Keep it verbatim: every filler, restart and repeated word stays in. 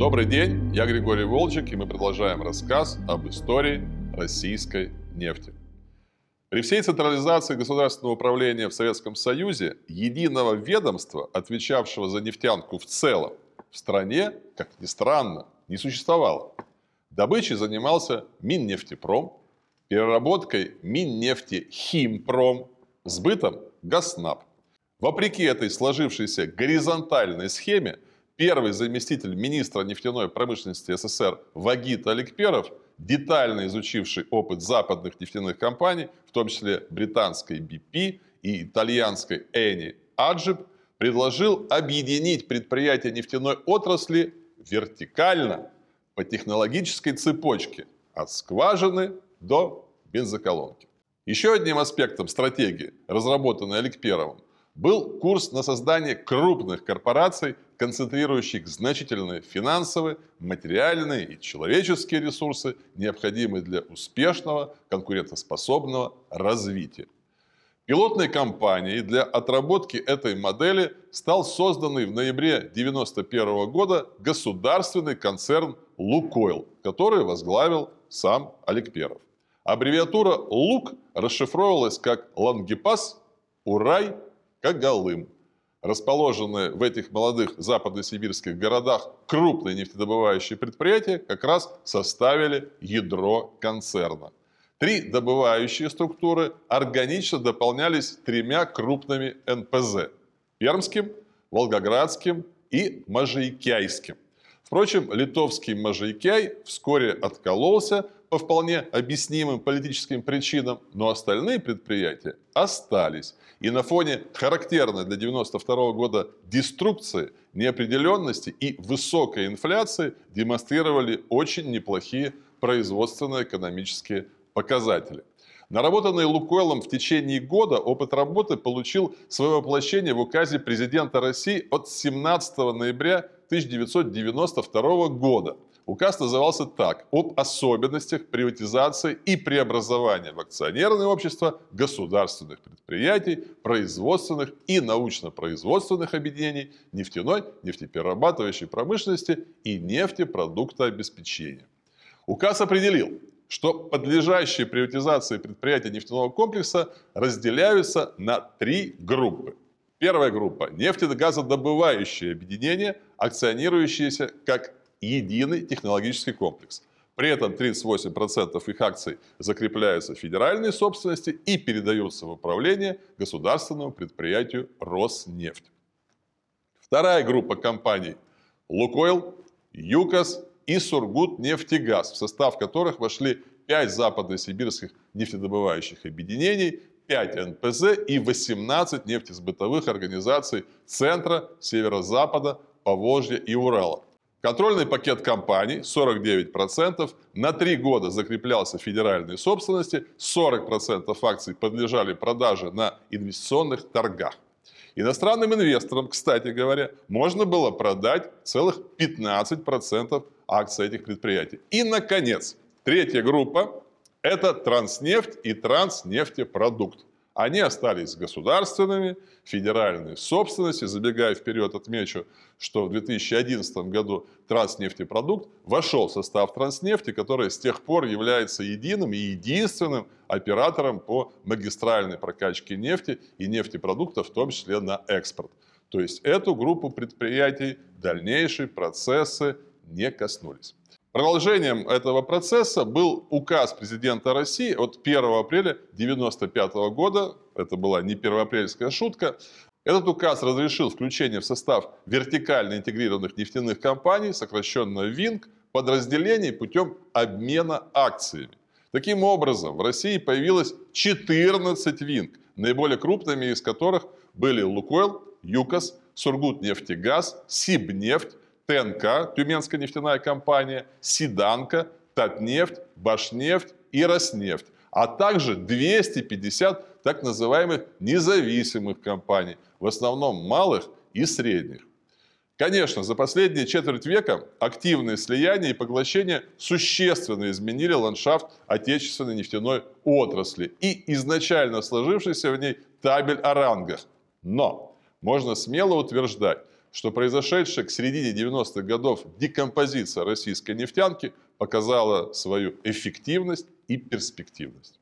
Добрый день, я Григорий Волчек, и мы продолжаем рассказ об истории российской нефти. При всей централизации государственного управления в Советском Союзе единого ведомства, отвечавшего за нефтянку в целом, в стране, как ни странно, не существовало. Добычей занимался Миннефтепром, переработкой Миннефтехимпром, сбытом Госнаб. Вопреки этой сложившейся горизонтальной схеме, первый заместитель министра нефтяной промышленности СССР Вагит Аликперов, детально изучивший опыт западных нефтяных компаний, в том числе британской би пи и итальянской Эни Аджиб, предложил объединить предприятия нефтяной отрасли вертикально по технологической цепочке от скважины до бензоколонки. Еще одним аспектом стратегии, разработанной Аликперовым, был курс на создание крупных корпораций, концентрирующих значительные финансовые, материальные и человеческие ресурсы, необходимые для успешного, конкурентоспособного развития. Пилотной компанией для отработки этой модели стал созданный в ноябре девяносто первого года государственный концерн «Лукойл», который возглавил сам Аликперов. Аббревиатура «ЛУК» расшифровывалась как «Лангепас», «Урай», Когалым. Расположенные в этих молодых западносибирских городах крупные нефтедобывающие предприятия как раз составили ядро концерна. Три добывающие структуры органично дополнялись тремя крупными эн пэ зэ – Пермским, Волгоградским и Можайкяйским. Впрочем, литовский Можайкяй вскоре откололся по вполне объяснимым политическим причинам, но остальные предприятия остались. И на фоне характерной для девяносто второго года деструкции, неопределенности и высокой инфляции демонстрировали очень неплохие производственно-экономические показатели. Наработанный «Лукойлом» в течение года опыт работы получил свое воплощение в указе президента России от семнадцатого ноября тысяча девятьсот девяносто второго года. Указ назывался так: «Об особенностях приватизации и преобразования в акционерные общества государственных предприятий, производственных и научно-производственных объединений нефтяной, нефтеперерабатывающей промышленности и нефтепродуктообеспечения». Указ определил, что подлежащие приватизации предприятия нефтяного комплекса разделяются на три группы. Первая группа – нефтегазодобывающие объединения, акционирующиеся как единый технологический комплекс. При этом тридцать восемь процентов их акций закрепляются в федеральной собственности и передаются в управление государственному предприятию «Роснефть». Вторая группа компаний – «Лукойл», «ЮКОС» и «Сургутнефтегаз», в состав которых вошли пять западносибирских нефтедобывающих объединений, пять эн пэ зэ и восемнадцать нефтесбытовых организаций Центра, Северо-Запада, Поволжья и Урала. Контрольный пакет компаний, сорок девять процентов, на три года закреплялся в федеральной собственности, сорок процентов акций подлежали продаже на инвестиционных торгах. Иностранным инвесторам, кстати говоря, можно было продать целых пятнадцать процентов акций этих предприятий. И, наконец, третья группа – это Транснефть и Транснефтепродукт. Они остались государственными, федеральной собственности. Забегая вперед, отмечу, что в две тысячи одиннадцатом году Транснефтепродукт вошел в состав Транснефти, которая с тех пор является единым и единственным оператором по магистральной прокачке нефти и нефтепродуктов, в том числе на экспорт. То есть эту группу предприятий дальнейшие процессы не коснулись. Продолжением этого процесса был указ президента России от первого апреля девяносто пятого года. Это была не первоапрельская шутка. Этот указ разрешил включение в состав вертикально интегрированных нефтяных компаний, сокращенно ВИНК, подразделений путем обмена акциями. Таким образом, в России появилось четырнадцать ВИНК, наиболее крупными из которых были «Лукойл», «ЮКОС», «Сургутнефтегаз», «Сибнефть», тэ эн ка, Тюменская нефтяная компания, Седанка, Татнефть, Башнефть и Роснефть, а также двести пятьдесят так называемых независимых компаний, в основном малых и средних. Конечно, за последние четверть века активные слияния и поглощения существенно изменили ландшафт отечественной нефтяной отрасли и изначально сложившийся в ней табель о рангах. Но можно смело утверждать, что произошедшая к середине девяностых годов декомпозиция российской нефтянки показала свою эффективность и перспективность.